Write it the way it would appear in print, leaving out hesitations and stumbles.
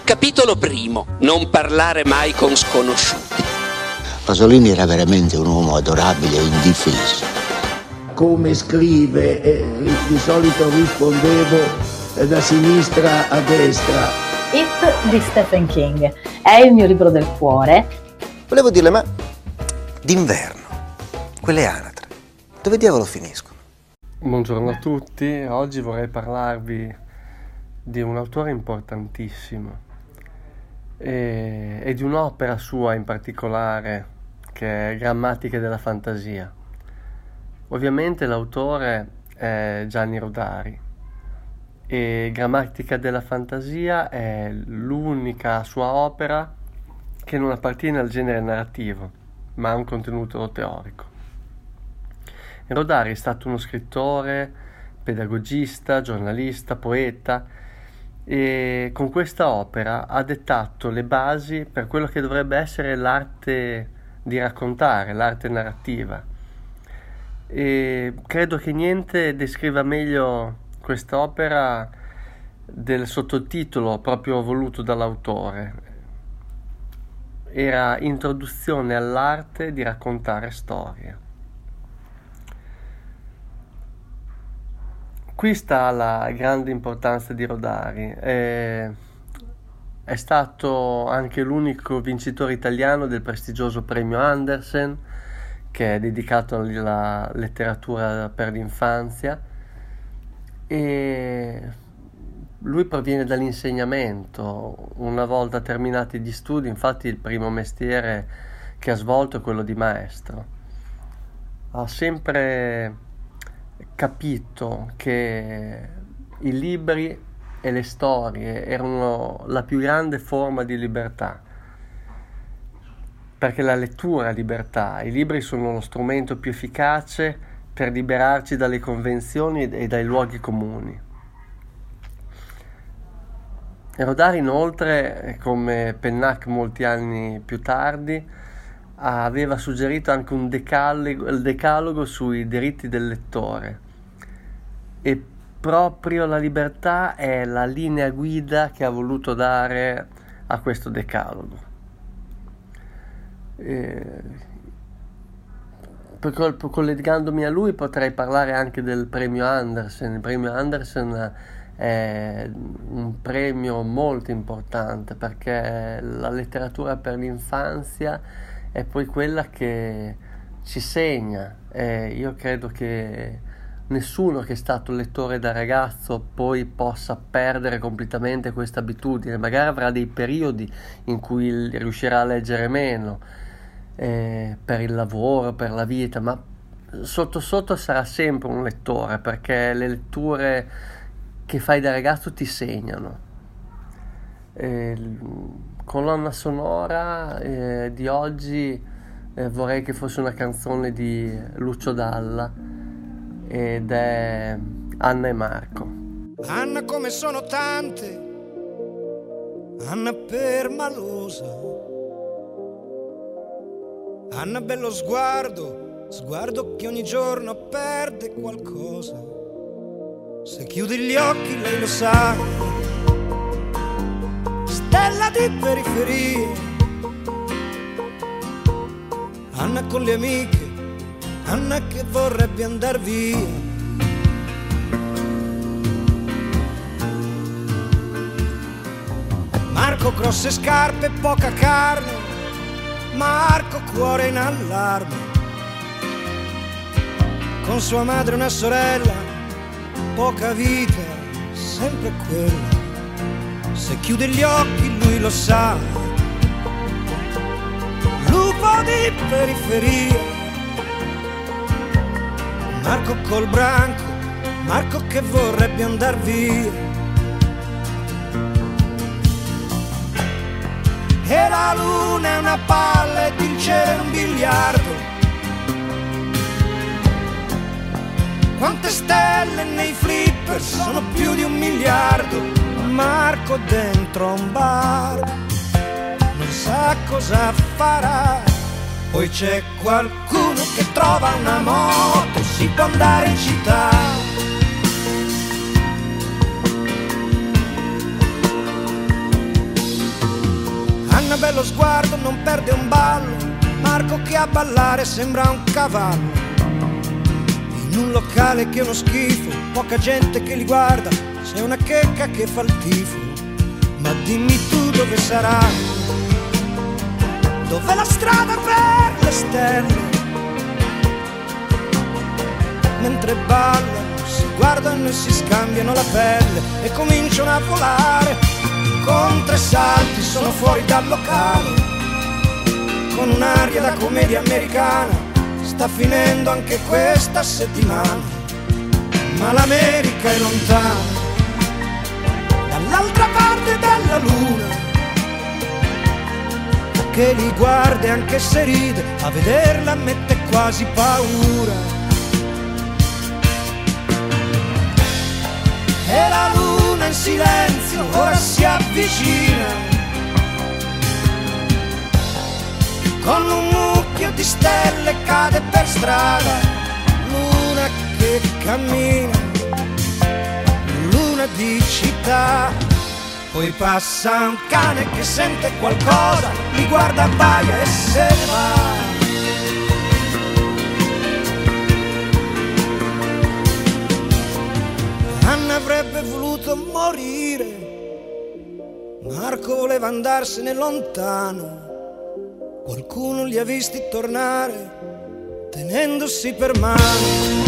Capitolo primo. Non parlare mai con sconosciuti. Pasolini era veramente un uomo adorabile e indifeso. Come scrive, di solito rispondevo da sinistra a destra. It di Stephen King è il mio libro del cuore. Volevo dirle, ma d'inverno, quelle anatre, dove diavolo finiscono? Buongiorno a tutti, oggi vorrei parlarvi di un autore importantissimo e di un'opera sua in particolare che è Grammatiche della fantasia. Ovviamente l'autore è Gianni Rodari e Grammatica della fantasia è l'unica sua opera che non appartiene al genere narrativo, ma ha un contenuto teorico. Rodari è stato uno scrittore, pedagogista, giornalista, poeta e con questa opera ha dettato le basi per quello che dovrebbe essere l'arte di raccontare, l'arte narrativa. E credo che niente descriva meglio quest'opera del sottotitolo proprio voluto dall'autore. Era Introduzione all'arte di raccontare storie. Qui sta la grande importanza di Rodari. È stato anche l'unico vincitore italiano del prestigioso premio Andersen, che è dedicato alla letteratura per l'infanzia, e lui proviene dall'insegnamento. Una volta terminati gli studi, infatti il primo mestiere che ha svolto è quello di maestro. Ha sempre capito che i libri e le storie erano la più grande forma di libertà, perché la lettura è libertà, i libri sono lo strumento più efficace per liberarci dalle convenzioni e dai luoghi comuni. E Rodari inoltre, come Pennac molti anni più tardi, aveva suggerito anche il decalogo sui diritti del lettore, e proprio la libertà è la linea guida che ha voluto dare a questo decalogo. Collegandomi a lui potrei parlare anche del premio Andersen. Il premio Andersen è un premio molto importante perché la letteratura per l'infanzia è poi quella che ci segna. Io credo che nessuno che è stato lettore da ragazzo poi possa perdere completamente questa abitudine. Magari avrà dei periodi in cui riuscirà a leggere meno, per il lavoro, per la vita, ma sotto sotto sarà sempre un lettore, perché le letture che fai da ragazzo ti segnano. Colonna sonora di oggi vorrei che fosse una canzone di Lucio Dalla ed è Anna e Marco. Anna come sono tante, Anna permalosa, Anna bello sguardo, sguardo che ogni giorno perde qualcosa. Se chiudi gli occhi lei lo sa, stella di periferia. Anna con le amiche, Anna che vorrebbe andar via. Marco grosse scarpe, poca carne, Marco cuore in allarme. Con sua madre una sorella, poca vita, sempre quella. Se chiude gli occhi lui lo sa, lupo di periferia. Marco col branco, Marco che vorrebbe andar via. E la luna è una palla ed il cielo è un biliardo. Quante stelle nei flipper, sono più di 1 miliardo. Marco dentro a un bar non sa cosa farà. Poi c'è qualcuno che trova una moto, si può andare in città. bello sguardo, non perde un ballo. Marco che a ballare sembra un cavallo. In un locale che è uno schifo, poca gente che li guarda, c'è una checca che fa il tifo. Ma dimmi tu dove sarà, dov'è la strada per le stelle? Mentre ballano, si guardano e si scambiano la pelle e cominciano a volare. Con 3 salti sono fuori dal locale, con un'aria da commedia americana. Sta finendo anche questa settimana, ma l'America è lontana, dall'altra parte della luna, che li guarda e anche se ride, a vederla mette quasi paura. E la luna in silenzio ora si avvicina, con un mucchio di stelle cade per strada. Luna che cammina, luna di città. Poi passa un cane che sente qualcosa, li guarda, abbaia e se ne va. Anna avrebbe voluto morire, Marco voleva andarsene lontano. Qualcuno li ha visti tornare tenendosi per mano.